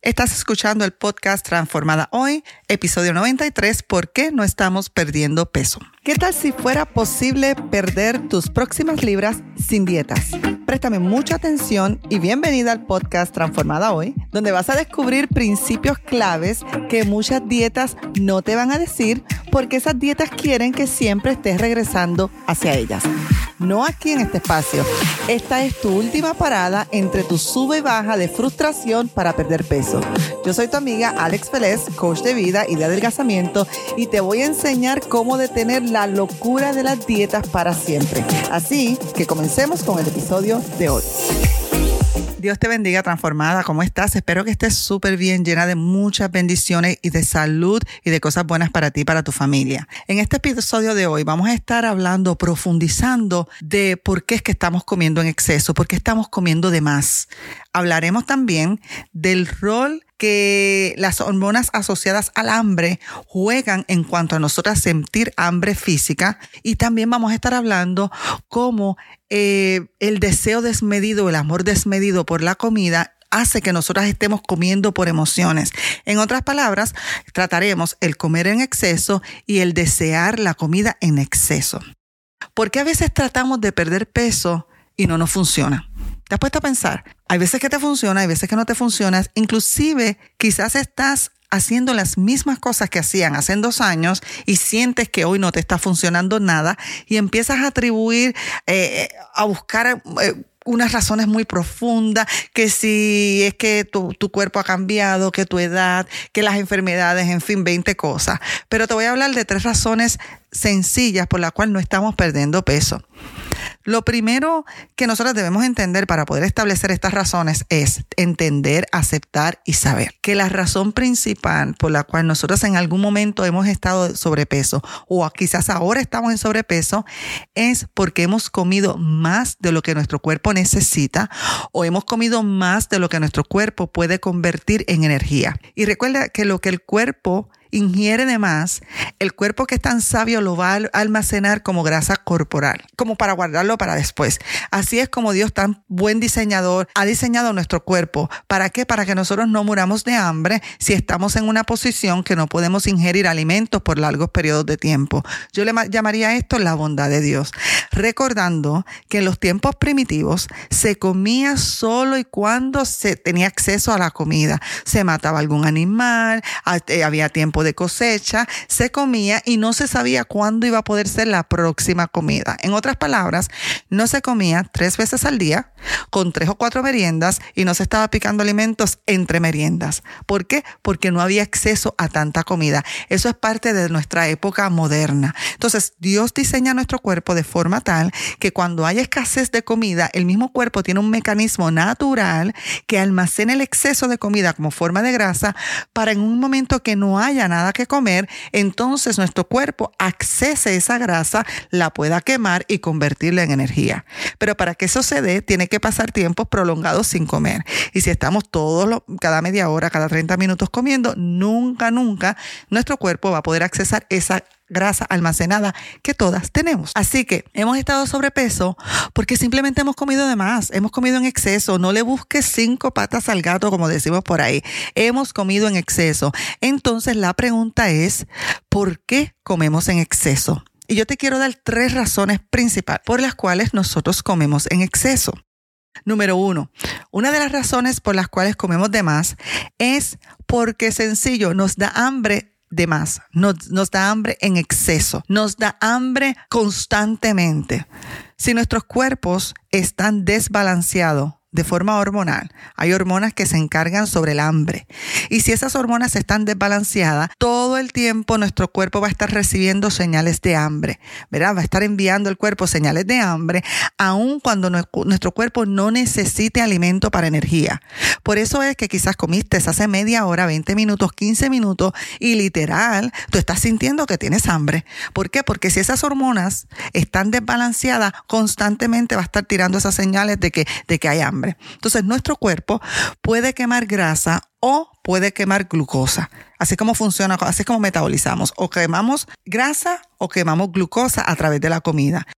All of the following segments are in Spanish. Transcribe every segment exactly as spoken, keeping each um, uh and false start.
Estás escuchando el podcast Transformada Hoy, episodio noventa y tres, ¿por qué no estamos perdiendo peso? ¿Qué tal si fuera posible perder tus próximas libras sin dietas? Préstame mucha atención y bienvenida al podcast Transformada Hoy, donde vas a descubrir principios claves que muchas dietas no te van a decir porque esas dietas quieren que siempre estés regresando hacia ellas. No aquí en este espacio. Esta es tu última parada entre tu sube y baja de frustración para perder peso. Yo soy tu amiga Alex Vélez, coach de vida y de adelgazamiento, y te voy a enseñar cómo detener la locura de las dietas para siempre. Así que comencemos con el episodio de hoy. Dios te bendiga, transformada. ¿Cómo estás? Espero que estés súper bien, llena de muchas bendiciones y de salud y de cosas buenas para ti y para tu familia. En este episodio de hoy vamos a estar hablando, profundizando de por qué es que estamos comiendo en exceso, por qué estamos comiendo de más. Hablaremos también del rol que las hormonas asociadas al hambre juegan en cuanto a nosotras sentir hambre física, y también vamos a estar hablando cómo eh, el deseo desmedido, el amor desmedido por la comida hace que nosotras estemos comiendo por emociones. En otras palabras, trataremos el comer en exceso y el desear la comida en exceso. ¿Por qué a veces tratamos de perder peso y no nos funciona? ¿Te has puesto a pensar? Hay veces que te funciona, hay veces que no te funciona. Inclusive, quizás estás haciendo las mismas cosas que hacían hace dos años y sientes que hoy no te está funcionando nada y empiezas a atribuir, eh, a buscar eh, unas razones muy profundas, que si es que tu, tu cuerpo ha cambiado, que tu edad, que las enfermedades, en fin, veinte cosas. Pero te voy a hablar de tres razones sencillas por las cuales no estamos perdiendo peso. Lo primero que nosotros debemos entender para poder establecer estas razones es entender, aceptar y saber que la razón principal por la cual nosotros en algún momento hemos estado de sobrepeso o quizás ahora estamos en sobrepeso es porque hemos comido más de lo que nuestro cuerpo necesita o hemos comido más de lo que nuestro cuerpo puede convertir en energía. Y recuerda que lo que el cuerpo ingiere de más, el cuerpo que es tan sabio lo va a almacenar como grasa corporal, como para guardarlo para después. Así es como Dios, tan buen diseñador, ha diseñado nuestro cuerpo. ¿Para qué? Para que nosotros no muramos de hambre si estamos en una posición que no podemos ingerir alimentos por largos periodos de tiempo. Yo le llamaría esto la bondad de Dios. Recordando que en los tiempos primitivos se comía solo y cuando se tenía acceso a la comida. Se mataba algún animal, había tiempo de cosecha, se comía y no se sabía cuándo iba a poder ser la próxima comida. En otras palabras, no se comía tres veces al día con tres o cuatro meriendas y no se estaba picando alimentos entre meriendas. ¿Por qué? Porque no había acceso a tanta comida. Eso es parte de nuestra época moderna. Entonces, Dios diseña nuestro cuerpo de forma tal que cuando hay escasez de comida, el mismo cuerpo tiene un mecanismo natural que almacena el exceso de comida como forma de grasa para en un momento que no haya nada que comer, entonces nuestro cuerpo accese esa grasa, la pueda quemar y convertirla en energía. Pero para que eso se dé, tiene que pasar tiempos prolongados sin comer. Y si estamos todos los, cada media hora, cada treinta minutos comiendo, nunca, nunca nuestro cuerpo va a poder accesar esa grasa almacenada que todas tenemos. Así que hemos estado sobrepeso porque simplemente hemos comido de más, hemos comido en exceso. No le busques cinco patas al gato, como decimos por ahí. Hemos comido en exceso. Entonces la pregunta es, ¿por qué comemos en exceso? Y yo te quiero dar tres razones principales por las cuales nosotros comemos en exceso. Número uno, una de las razones por las cuales comemos de más es porque sencillo, nos da hambre de más, nos, nos da hambre en exceso, nos da hambre constantemente. Si nuestros cuerpos están desbalanceados de forma hormonal, hay hormonas que se encargan sobre el hambre. Y si esas hormonas están desbalanceadas, todo el tiempo nuestro cuerpo va a estar recibiendo señales de hambre, ¿verdad? Va a estar enviando al cuerpo señales de hambre, aun cuando no, nuestro cuerpo no necesite alimento para energía. Por eso es que quizás comiste hace media hora, veinte minutos, quince minutos, y literal, tú estás sintiendo que tienes hambre. ¿Por qué? Porque si esas hormonas están desbalanceadas, constantemente va a estar tirando esas señales de que, de que hay hambre. Entonces, nuestro cuerpo puede quemar grasa o puede quemar glucosa. Así como funciona, así es como metabolizamos. O quemamos grasa o quemamos glucosa a través de la comida.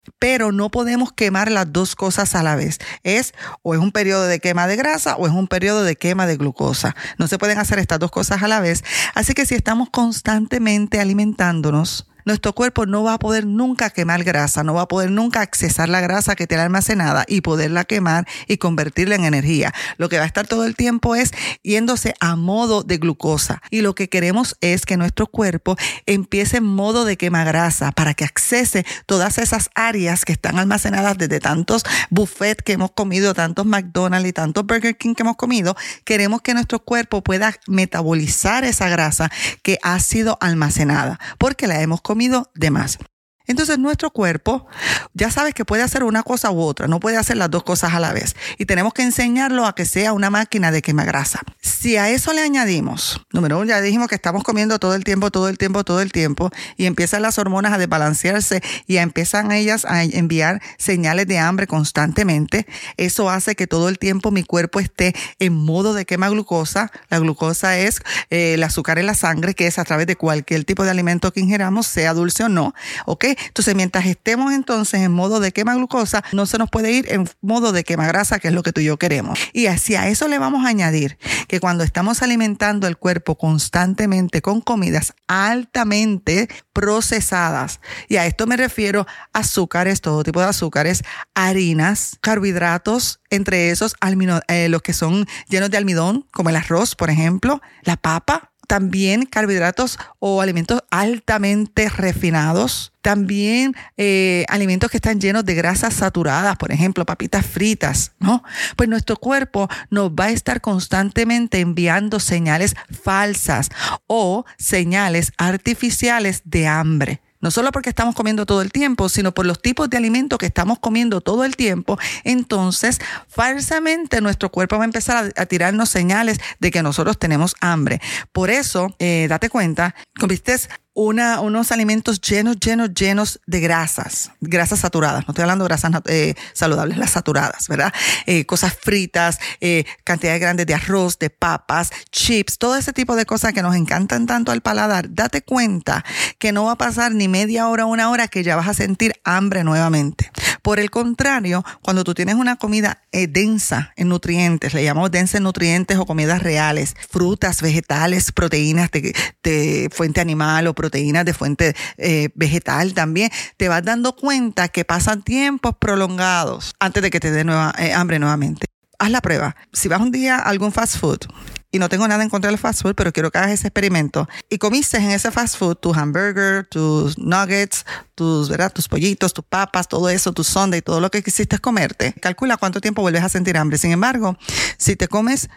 pero no podemos quemar las dos cosas a la vez. Es o es un periodo de quema de grasa o es un periodo de quema de glucosa. No se pueden hacer estas dos cosas a la vez. Así que si estamos constantemente alimentándonos, nuestro cuerpo no va a poder nunca quemar grasa, no va a poder nunca accesar la grasa que tiene almacenada y poderla quemar y convertirla en energía. Lo que va a estar todo el tiempo es yéndose a modo de glucosa. Y lo que queremos es que nuestro cuerpo empiece en modo de quema grasa para que accese todas esas áreas que están almacenadas desde tantos buffets que hemos comido, tantos McDonald's y tantos Burger King que hemos comido. Queremos que nuestro cuerpo pueda metabolizar esa grasa que ha sido almacenada porque la hemos comido de más. Entonces nuestro cuerpo ya sabes que puede hacer una cosa u otra, no puede hacer las dos cosas a la vez y tenemos que enseñarlo a que sea una máquina de quema grasa. Si a eso le añadimos, número uno, ya dijimos que estamos comiendo todo el tiempo, todo el tiempo, todo el tiempo y empiezan las hormonas a desbalancearse y empiezan ellas a enviar señales de hambre constantemente. Eso hace que todo el tiempo mi cuerpo esté en modo de quema glucosa. La glucosa es eh, el azúcar en la sangre, que es a través de cualquier tipo de alimento que ingeramos, sea dulce o no, ¿ok? Entonces, mientras estemos entonces en modo de quema glucosa, no se nos puede ir en modo de quema grasa, que es lo que tú y yo queremos. Y así a eso le vamos a añadir que cuando estamos alimentando el cuerpo constantemente con comidas altamente procesadas, y a esto me refiero a azúcares, todo tipo de azúcares, harinas, carbohidratos, entre esos almino, eh, los que son llenos de almidón, como el arroz, por ejemplo, la papa, también carbohidratos o alimentos altamente refinados, también eh, alimentos que están llenos de grasas saturadas, por ejemplo, papitas fritas, ¿no? Pues nuestro cuerpo nos va a estar constantemente enviando señales falsas o señales artificiales de hambre. No solo porque estamos comiendo todo el tiempo, sino por los tipos de alimentos que estamos comiendo todo el tiempo. Entonces, falsamente nuestro cuerpo va a empezar a, a tirarnos señales de que nosotros tenemos hambre. Por eso, eh, date cuenta, comiste Una, unos alimentos llenos, llenos, llenos de grasas, grasas saturadas. No estoy hablando de grasas eh, saludables, las saturadas, ¿verdad? Eh, cosas fritas, eh, cantidades grandes de arroz, de papas, chips, todo ese tipo de cosas que nos encantan tanto al paladar. Date cuenta que no va a pasar ni media hora o una hora que ya vas a sentir hambre nuevamente. Por el contrario, cuando tú tienes una comida eh, densa en nutrientes, le llamamos densa en nutrientes o comidas reales, frutas, vegetales, proteínas de, de fuente animal o proteínas proteínas de fuente eh, vegetal también, te vas dando cuenta que pasan tiempos prolongados antes de que te dé nueva, eh, hambre nuevamente. Haz la prueba. Si vas un día a algún fast food, y no tengo nada en contra del fast food, pero quiero que hagas ese experimento, y comiste en ese fast food tu hamburger, tus nuggets, tus, ¿verdad? tus pollitos, tus papas, todo eso, tu sundae, todo lo que quisiste comerte, calcula cuánto tiempo vuelves a sentir hambre. Sin embargo, si te comes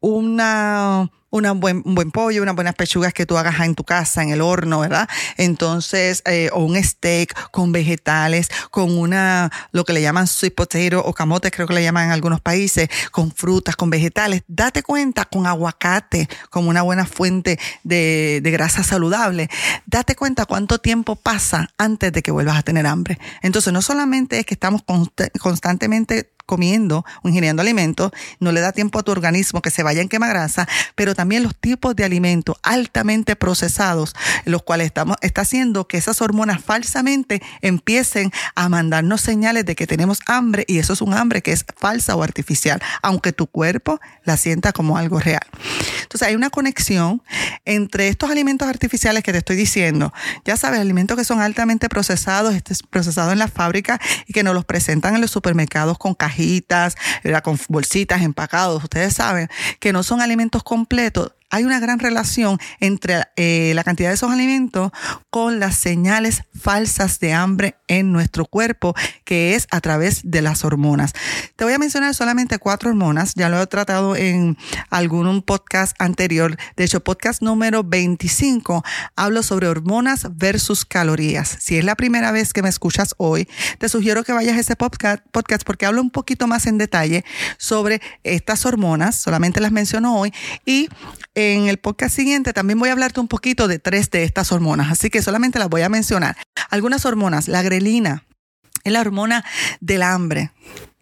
una... Una buen, un buen pollo, unas buenas pechugas que tú hagas en tu casa, en el horno, ¿verdad? Entonces, eh, o un steak con vegetales, con una, lo que le llaman sweet potato o camote, creo que le llaman en algunos países, con frutas, con vegetales. Date cuenta, con aguacate, como una buena fuente de, de grasa saludable. Date cuenta cuánto tiempo pasa antes de que vuelvas a tener hambre. Entonces, no solamente es que estamos const- constantemente comiendo o ingiriendo alimentos, no le da tiempo a tu organismo que se vaya en quema grasa, pero también los tipos de alimentos altamente procesados, los cuales estamos, está haciendo que esas hormonas falsamente empiecen a mandarnos señales de que tenemos hambre, y eso es un hambre que es falsa o artificial, aunque tu cuerpo la sienta como algo real. Entonces hay una conexión entre estos alimentos artificiales que te estoy diciendo, ya sabes, alimentos que son altamente procesados, este es procesado en la fábrica y que nos los presentan en los supermercados con cajitas, ¿verdad? Con bolsitas, empacados. Ustedes saben que no son alimentos completos. Hay una gran relación entre eh, la cantidad de esos alimentos con las señales falsas de hambre en nuestro cuerpo, que es a través de las hormonas. Te voy a mencionar solamente cuatro hormonas. Ya lo he tratado en algún podcast anterior. De hecho, podcast número veinticinco, hablo sobre hormonas versus calorías. Si es la primera vez que me escuchas hoy, te sugiero que vayas a ese podcast, podcast porque hablo un poquito más en detalle sobre estas hormonas. Solamente las menciono hoy, y en el podcast siguiente también voy a hablarte un poquito de tres de estas hormonas, así que solamente las voy a mencionar. Algunas hormonas, la grelina, es la hormona del hambre.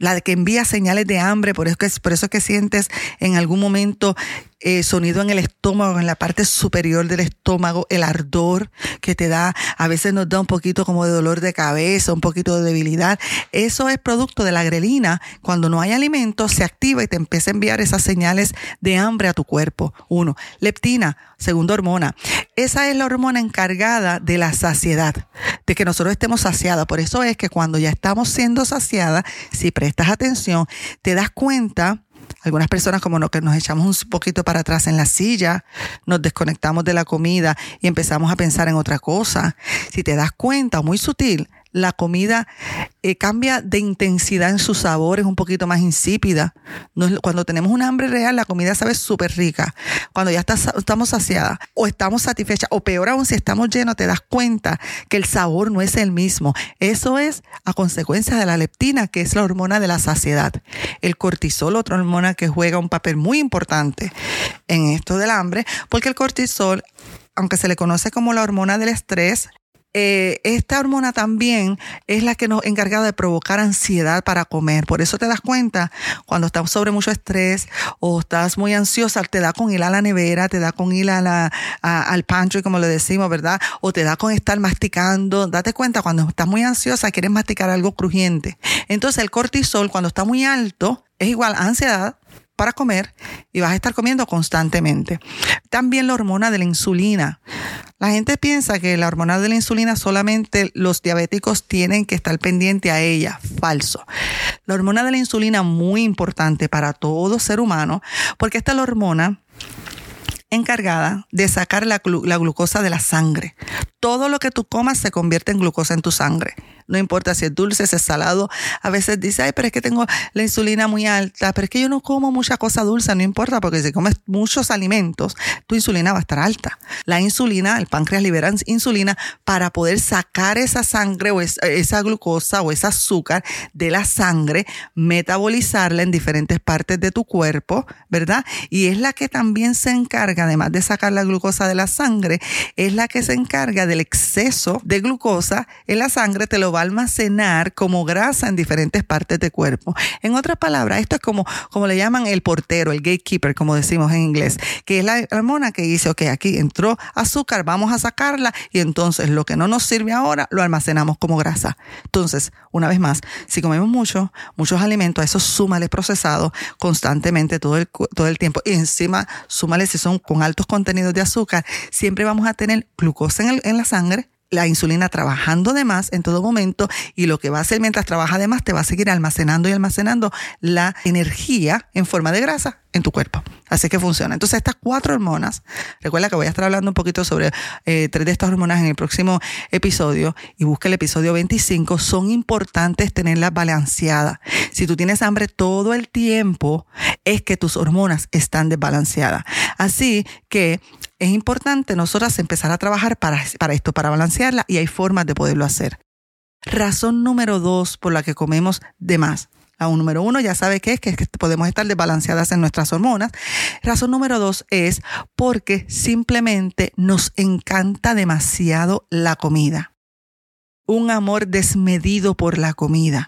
la que envía señales de hambre, por eso que, por eso que sientes en algún momento eh, sonido en el estómago, en la parte superior del estómago, el ardor que te da, a veces nos da un poquito como de dolor de cabeza, un poquito de debilidad. Eso es producto de la grelina. Cuando no hay alimento, se activa y te empieza a enviar esas señales de hambre a tu cuerpo. Uno, leptina, segunda hormona. Esa es la hormona encargada de la saciedad, de que nosotros estemos saciados. Por eso es que cuando ya estamos siendo saciadas, si prestas atención, te das cuenta. Algunas personas como no, que nos echamos un poquito para atrás en la silla, nos desconectamos de la comida y empezamos a pensar en otra cosa. Si te das cuenta, muy sutil, la comida eh, cambia de intensidad en su sabor, es un poquito más insípida. No es, cuando tenemos una hambre real, la comida sabe súper rica. Cuando ya está, estamos saciadas o estamos satisfechas, o peor aún, si estamos llenos, te das cuenta que el sabor no es el mismo. Eso es a consecuencia de la leptina, que es la hormona de la saciedad. El cortisol, otra hormona que juega un papel muy importante en esto del hambre, porque el cortisol, aunque se le conoce como la hormona del estrés, Eh, esta hormona también es la que nos encarga de provocar ansiedad para comer. Por eso te das cuenta cuando estás sobre mucho estrés o estás muy ansiosa, te da con ir a la nevera, te da con ir a la, a, al pantry, como le decimos, ¿verdad? O te da con estar masticando. Date cuenta, cuando estás muy ansiosa, quieres masticar algo crujiente. Entonces el cortisol, cuando está muy alto, es igual a ansiedad para comer y vas a estar comiendo constantemente. También la hormona de la insulina. La gente piensa que la hormona de la insulina solamente los diabéticos tienen que estar pendientes a ella. Falso. La hormona de la insulina muy importante para todo ser humano, porque esta es la hormona encargada de sacar la, glu- la glucosa de la sangre. Todo lo que tú comas se convierte en glucosa en tu sangre. No importa si es dulce, si es salado. A veces dice, ay, pero es que tengo la insulina muy alta, pero es que yo no como mucha cosa dulce. No importa, porque si comes muchos alimentos, tu insulina va a estar alta. La insulina, el páncreas libera insulina para poder sacar esa sangre o esa, esa glucosa o ese azúcar de la sangre, metabolizarla en diferentes partes de tu cuerpo, ¿verdad? Y es la que también se encarga, además de sacar la glucosa de la sangre, es la que se encarga del exceso de glucosa en la sangre, te lo va a almacenar como grasa en diferentes partes del cuerpo. En otras palabras, esto es como, como le llaman el portero, el gatekeeper, como decimos en inglés, que es la hormona que dice, ok, aquí entró azúcar, vamos a sacarla, y entonces lo que no nos sirve ahora lo almacenamos como grasa. Entonces, una vez más, si comemos mucho, muchos alimentos, a eso súmale procesado constantemente todo el, todo el tiempo, y encima súmale si son con altos contenidos de azúcar, siempre vamos a tener glucosa en, el, en la sangre, la insulina trabajando de más en todo momento, y lo que va a hacer mientras trabaja de más te va a seguir almacenando y almacenando la energía en forma de grasa en tu cuerpo. Así que funciona. Entonces estas cuatro hormonas, recuerda que voy a estar hablando un poquito sobre eh, tres de estas hormonas en el próximo episodio, y busca el episodio veinticinco, son importantes tenerlas balanceadas. Si tú tienes hambre todo el tiempo, es que tus hormonas están desbalanceadas. Así que es importante nosotras empezar a trabajar para, para esto, para balancearla, y hay formas de poderlo hacer. Razón número dos por la que comemos de más. La número uno ya sabe qué es, que es que podemos estar desbalanceadas en nuestras hormonas. Razón número dos es porque simplemente nos encanta demasiado la comida. Un amor desmedido por la comida.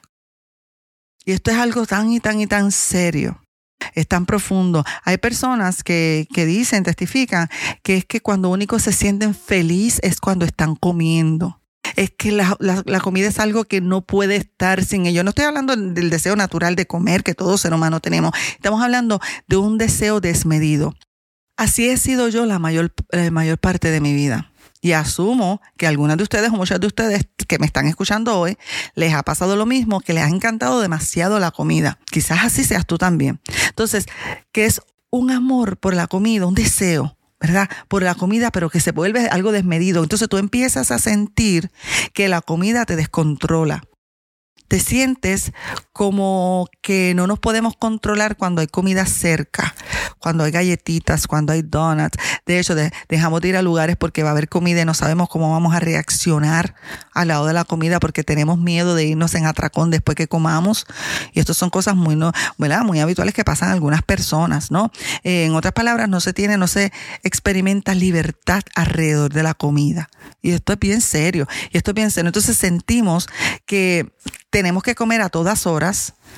Y esto es algo tan y tan y tan serio. Es tan profundo. Hay personas que, que dicen, testifican, que es que cuando único se sienten feliz es cuando están comiendo. Es que la, la, la comida es algo que no puede estar sin ello. No estoy hablando del deseo natural de comer que todo ser humano tenemos. Estamos hablando de un deseo desmedido. Así he sido yo la mayor, la mayor parte de mi vida. Y asumo que algunas de ustedes o muchas de ustedes que me están escuchando hoy les ha pasado lo mismo, que les ha encantado demasiado la comida. Quizás así seas tú también. Entonces, que es un amor por la comida, un deseo, ¿verdad? Por la comida, pero que se vuelve algo desmedido. Entonces tú empiezas a sentir que la comida te descontrola. Te sientes como que no nos podemos controlar cuando hay comida cerca, cuando hay galletitas, cuando hay donuts. De hecho, de, dejamos de ir a lugares porque va a haber comida y no sabemos cómo vamos a reaccionar al lado de la comida porque tenemos miedo de irnos en atracón después que comamos. Y esto son cosas muy, no, ¿verdad? Muy habituales que pasan a algunas personas, ¿no? Eh, en otras palabras, no se tiene, no se experimenta libertad alrededor de la comida. Y esto es bien serio. Y esto es bien serio. Entonces sentimos que tenemos que comer a todas horas,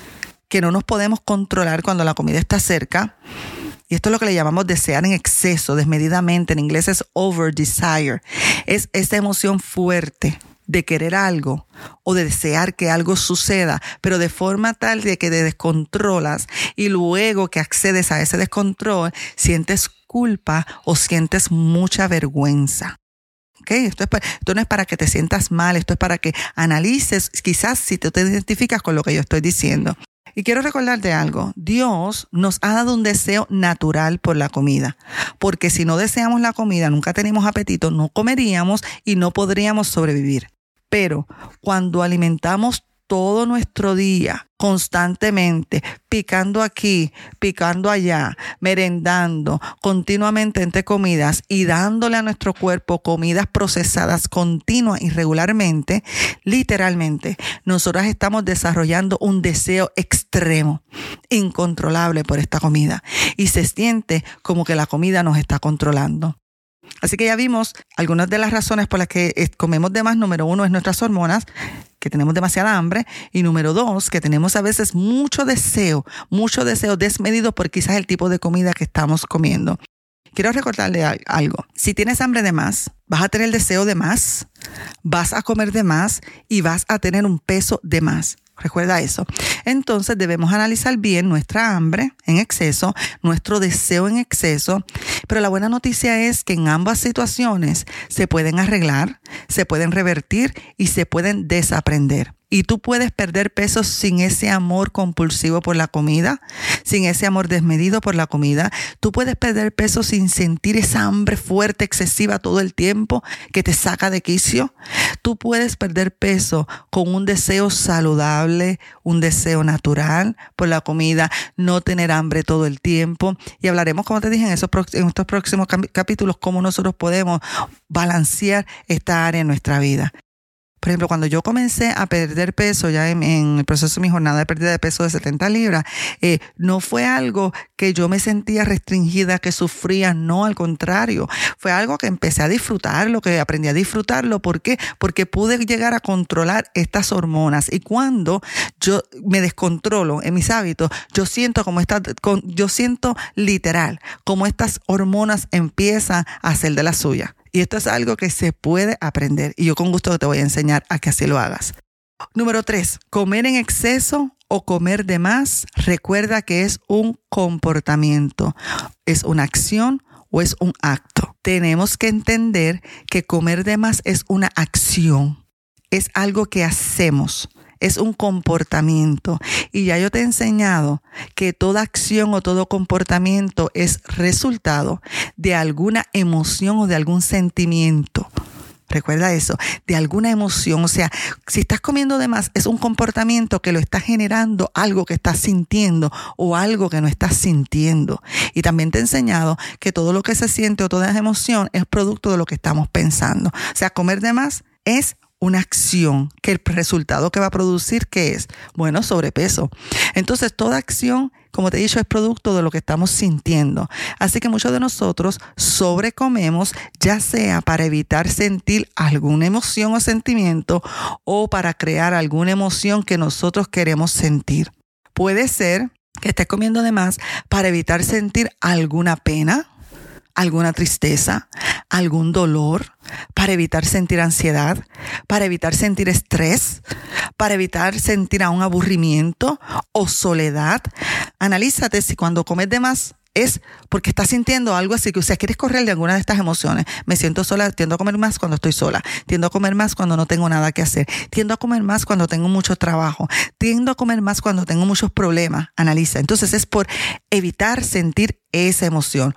que no nos podemos controlar cuando la comida está cerca. Y esto es lo que le llamamos desear en exceso, desmedidamente. En inglés es over desire. Es esa emoción fuerte de querer algo o de desear que algo suceda, pero de forma tal de que te descontrolas y luego que accedes a ese descontrol, sientes culpa o sientes mucha vergüenza. Okay, esto, es para, esto no es para que te sientas mal, esto es para que analices quizás si tú te identificas con lo que yo estoy diciendo. Y quiero recordarte algo, Dios nos ha dado un deseo natural por la comida, porque si no deseamos la comida, nunca tenemos apetito, no comeríamos y no podríamos sobrevivir. Pero cuando alimentamos todo nuestro día constantemente, picando aquí, picando allá, merendando continuamente entre comidas y dándole a nuestro cuerpo comidas procesadas continuas y regularmente, literalmente, nosotros estamos desarrollando un deseo extremo, incontrolable por esta comida y se siente como que la comida nos está controlando. Así que ya vimos algunas de las razones por las que comemos de más. Número uno es nuestras hormonas, que tenemos demasiada hambre. Y número dos, que tenemos a veces mucho deseo, mucho deseo desmedido por quizás el tipo de comida que estamos comiendo. Quiero recordarle algo. Si tienes hambre de más, vas a tener deseo de más, vas a comer de más y vas a tener un peso de más. Recuerda eso. Entonces debemos analizar bien nuestra hambre en exceso, nuestro deseo en exceso, pero la buena noticia es que en ambas situaciones se pueden arreglar, se pueden revertir y se pueden desaprender. Y tú puedes perder peso sin ese amor compulsivo por la comida, sin ese amor desmedido por la comida. Tú puedes perder peso sin sentir esa hambre fuerte, excesiva todo el tiempo que te saca de quicio. Tú puedes perder peso con un deseo saludable, un deseo natural por la comida, no tener hambre todo el tiempo. Y hablaremos, como te dije, en, esos, en estos próximos capítulos, cómo nosotros podemos balancear esta área en nuestra vida. Por ejemplo, cuando yo comencé a perder peso, ya en, en el proceso de mi jornada de pérdida de peso de setenta libras, eh, no fue algo que yo me sentía restringida, que sufría, no, al contrario. Fue algo que empecé a disfrutarlo, que aprendí a disfrutarlo. ¿Por qué? Porque pude llegar a controlar estas hormonas. Y cuando yo me descontrolo en mis hábitos, yo siento como esta, con, yo siento literal, como estas hormonas empiezan a hacer de la suya. Y esto es algo que se puede aprender y yo con gusto te voy a enseñar a que así lo hagas. Número tres, comer en exceso o comer de más, recuerda que es un comportamiento, es una acción o es un acto. Tenemos que entender que comer de más es una acción, es algo que hacemos. Es un comportamiento y ya yo te he enseñado que toda acción o todo comportamiento es resultado de alguna emoción o de algún sentimiento. Recuerda eso, de alguna emoción. O sea, si estás comiendo de más, es un comportamiento que lo está generando algo que estás sintiendo o algo que no estás sintiendo. Y también te he enseñado que todo lo que se siente o toda emoción es producto de lo que estamos pensando. O sea, comer de más es una acción que el resultado que va a producir, ¿qué es? Bueno, sobrepeso. Entonces, toda acción, como te he dicho, es producto de lo que estamos sintiendo. Así que muchos de nosotros sobrecomemos, ya sea para evitar sentir alguna emoción o sentimiento o para crear alguna emoción que nosotros queremos sentir. Puede ser que estés comiendo de más para evitar sentir alguna pena, alguna tristeza, algún dolor, para evitar sentir ansiedad, para evitar sentir estrés, para evitar sentir a un aburrimiento o soledad. Analízate si cuando comes de más es porque estás sintiendo algo así, que o sea, quieres correr de alguna de estas emociones. Me siento sola, tiendo a comer más cuando estoy sola, tiendo a comer más cuando no tengo nada que hacer, tiendo a comer más cuando tengo mucho trabajo, tiendo a comer más cuando tengo muchos problemas. Analiza. Entonces es por evitar sentir esa emoción.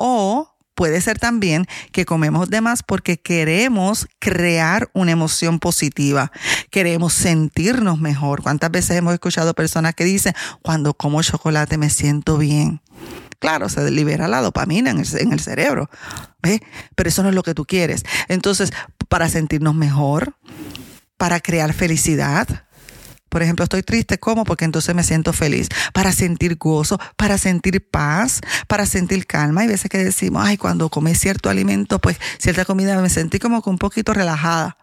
O puede ser también que comemos de más porque queremos crear una emoción positiva. Queremos sentirnos mejor. ¿Cuántas veces hemos escuchado personas que dicen, cuando como chocolate me siento bien? Claro, se libera la dopamina en el, en el cerebro, ¿ves? Pero eso no es lo que tú quieres. Entonces, para sentirnos mejor, para crear felicidad. Por ejemplo, estoy triste, ¿cómo? Porque entonces me siento feliz. Para sentir gozo, para sentir paz, para sentir calma. Hay veces que decimos, ay, cuando comí cierto alimento, pues cierta comida, me sentí como que un poquito relajada.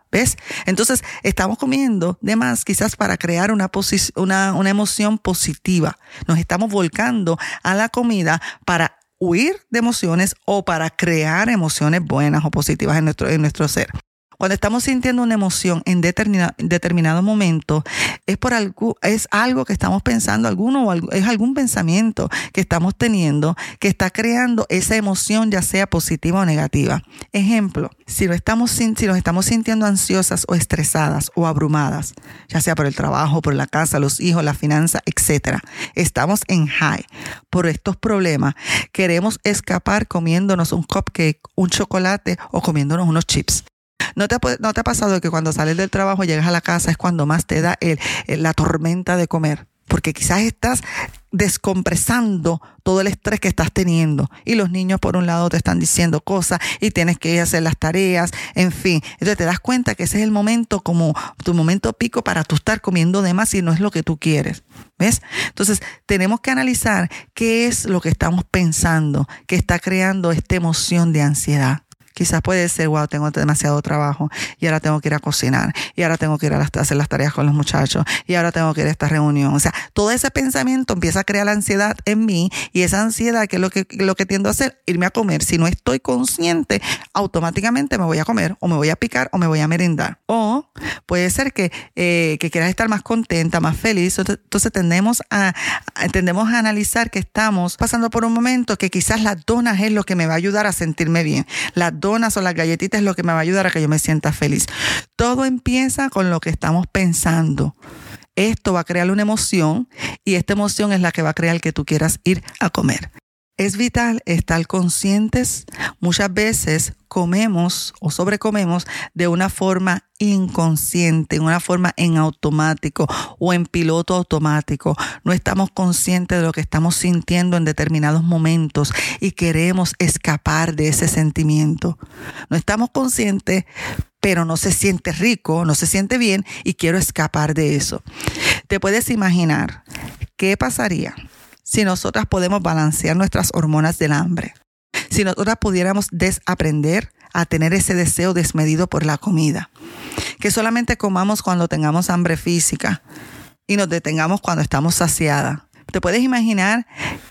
¿Ves? Entonces, estamos comiendo de más quizás para crear una, posi- una, una emoción positiva. Nos estamos volcando a la comida para huir de emociones o para crear emociones buenas o positivas en nuestro, en nuestro ser. Cuando estamos sintiendo una emoción en determinado, en determinado momento, es por algo, es algo que estamos pensando, alguno o algo, es algún pensamiento que estamos teniendo que está creando esa emoción, ya sea positiva o negativa. Ejemplo, si, lo estamos, si nos estamos sintiendo ansiosas o estresadas o abrumadas, ya sea por el trabajo, por la casa, los hijos, la finanza, etcétera, estamos en high por estos problemas. Queremos escapar comiéndonos un cupcake, un chocolate o comiéndonos unos chips. ¿No te, ¿No te ha pasado que cuando sales del trabajo llegas a la casa es cuando más te da el, el, la tormenta de comer? Porque quizás estás descompresando todo el estrés que estás teniendo y los niños por un lado te están diciendo cosas y tienes que ir a hacer las tareas, en fin. Entonces te das cuenta que ese es el momento, como tu momento pico para tú estar comiendo de más y no es lo que tú quieres. ¿Ves? Entonces tenemos que analizar qué es lo que estamos pensando que está creando esta emoción de ansiedad. Quizás puede ser, wow, tengo demasiado trabajo y ahora tengo que ir a cocinar y ahora tengo que ir a, las, a hacer las tareas con los muchachos y ahora tengo que ir a esta reunión. O sea, todo ese pensamiento empieza a crear la ansiedad en mí y esa ansiedad, que es lo que, lo que tiendo a hacer, irme a comer. Si no estoy consciente, automáticamente me voy a comer o me voy a picar o me voy a merendar. O puede ser que, eh, que quieras estar más contenta, más feliz. Entonces tendemos a, a, tendemos a analizar que estamos pasando por un momento que quizás las donas es lo que me va a ayudar a sentirme bien. Las donas o las galletitas es lo que me va a ayudar a que yo me sienta feliz. Todo empieza con lo que estamos pensando. Esto va a crear una emoción y esta emoción es la que va a crear que tú quieras ir a comer. Es vital estar conscientes. Muchas veces comemos o sobrecomemos de una forma inconsciente, en una forma en automático o en piloto automático. No estamos conscientes de lo que estamos sintiendo en determinados momentos y queremos escapar de ese sentimiento. No estamos conscientes, pero no se siente rico, no se siente bien y quiero escapar de eso. ¿Te puedes imaginar qué pasaría si nosotras podemos balancear nuestras hormonas del hambre? Si nosotras pudiéramos desaprender a tener ese deseo desmedido por la comida. Que solamente comamos cuando tengamos hambre física y nos detengamos cuando estamos saciadas. ¿Te puedes imaginar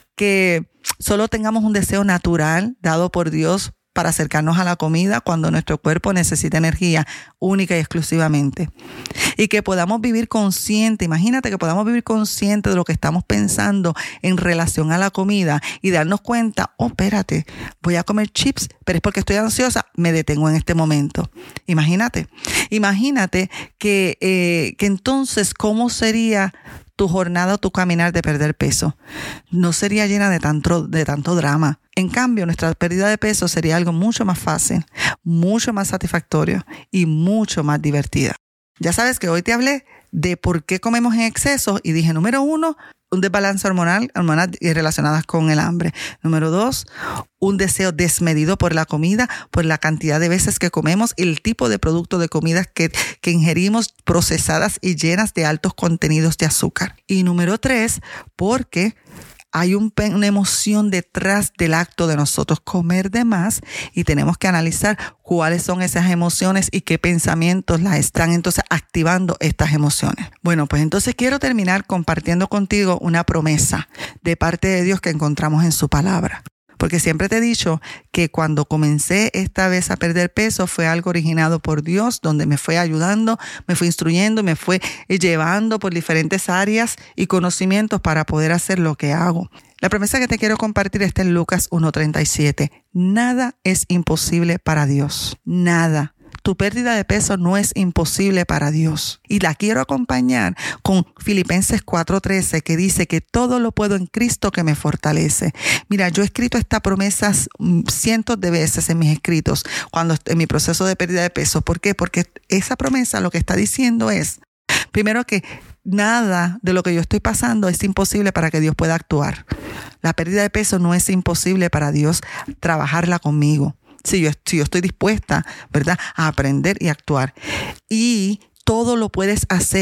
que solo tengamos un deseo natural dado por Dios para acercarnos a la comida cuando nuestro cuerpo necesita energía única y exclusivamente? Y que podamos vivir consciente, imagínate que podamos vivir consciente de lo que estamos pensando en relación a la comida y darnos cuenta, oh, espérate, voy a comer chips, pero es porque estoy ansiosa, me detengo en este momento. Imagínate, imagínate que, eh, que entonces, ¿cómo sería tu jornada o tu caminar de perder peso? No sería llena de tanto, de tanto drama. En cambio, nuestra pérdida de peso sería algo mucho más fácil, mucho más satisfactorio y mucho más divertida. Ya sabes que hoy te hablé de por qué comemos en exceso y dije, número uno, un desbalance hormonal, hormonas relacionadas con el hambre. Número dos, un deseo desmedido por la comida, por la cantidad de veces que comemos y el tipo de producto de comida que, que ingerimos, procesadas y llenas de altos contenidos de azúcar. Y número tres, porque hay un, una emoción detrás del acto de nosotros comer de más y tenemos que analizar cuáles son esas emociones y qué pensamientos las están entonces activando estas emociones. Bueno, pues entonces quiero terminar compartiendo contigo una promesa de parte de Dios que encontramos en su palabra. Porque siempre te he dicho que cuando comencé esta vez a perder peso fue algo originado por Dios, donde me fue ayudando, me fue instruyendo, me fue llevando por diferentes áreas y conocimientos para poder hacer lo que hago. La promesa que te quiero compartir está en Lucas uno treinta y siete. Nada es imposible para Dios. Nada. Tu pérdida de peso no es imposible para Dios. Y la quiero acompañar con Filipenses cuatro trece, que dice que todo lo puedo en Cristo que me fortalece. Mira, yo he escrito esta promesa cientos de veces en mis escritos, cuando en mi proceso de pérdida de peso. ¿Por qué? Porque esa promesa lo que está diciendo es, primero, que nada de lo que yo estoy pasando es imposible para que Dios pueda actuar. La pérdida de peso no es imposible para Dios trabajarla conmigo. Si yo, si yo estoy dispuesta, ¿verdad?, a aprender y actuar. Y todo lo puedes hacer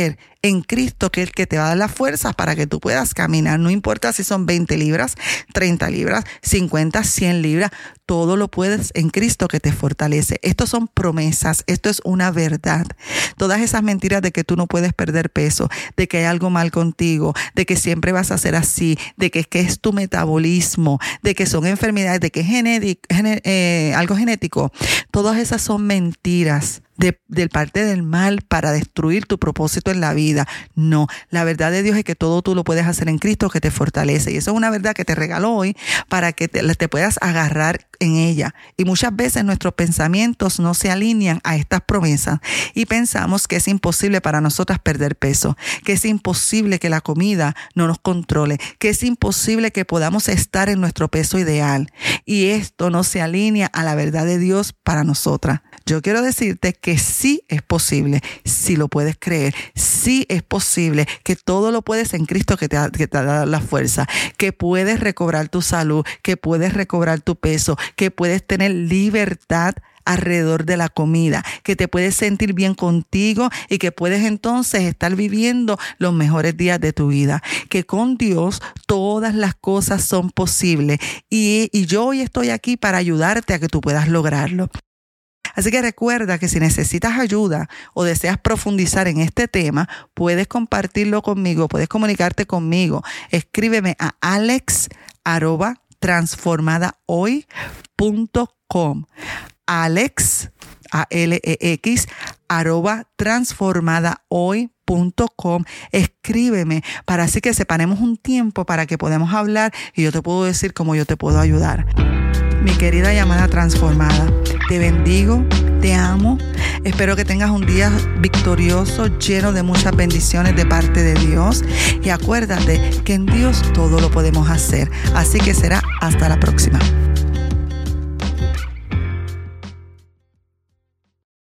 en Cristo, que es el que te va a dar las fuerzas para que tú puedas caminar. No importa si son veinte libras, treinta libras, cincuenta, cien libras, todo lo puedes en Cristo que te fortalece. Estos son promesas, esto es una verdad. Todas esas mentiras de que tú no puedes perder peso, de que hay algo mal contigo, de que siempre vas a ser así, de que, que es tu metabolismo, de que son enfermedades, de que es genético, gene, eh, algo genético. Todas esas son mentiras de, del parte del mal para destruir tu propósito en la vida. No, la verdad de Dios es que todo tú lo puedes hacer en Cristo que te fortalece. Y eso es una verdad que te regaló hoy para que te, te puedas agarrar en ella. Y muchas veces nuestros pensamientos no se alinean a estas promesas y pensamos que es imposible para nosotras perder peso, que es imposible que la comida no nos controle, que es imposible que podamos estar en nuestro peso ideal. Y esto no se alinea a la verdad de Dios para nosotras. Yo quiero decirte que sí es posible, sí lo puedes creer, sí es posible, que todo lo puedes en Cristo que te, que te da la fuerza, que puedes recobrar tu salud, que puedes recobrar tu peso, que puedes tener libertad alrededor de la comida, que te puedes sentir bien contigo y que puedes entonces estar viviendo los mejores días de tu vida, que con Dios todas las cosas son posibles y, y yo hoy estoy aquí para ayudarte a que tú puedas lograrlo. Así que recuerda que si necesitas ayuda o deseas profundizar en este tema, puedes compartirlo conmigo, puedes comunicarte conmigo. Escríbeme a alex arroba transformada hoy punto com. Alex, A L E X, arroba transformada hoy punto com. Escríbeme para así que separemos un tiempo para que podamos hablar y yo te puedo decir cómo yo te puedo ayudar. Mi querida llamada transformada, te bendigo, te amo. Espero que tengas un día victorioso, lleno de muchas bendiciones de parte de Dios. Y acuérdate que en Dios todo lo podemos hacer. Así que será hasta la próxima.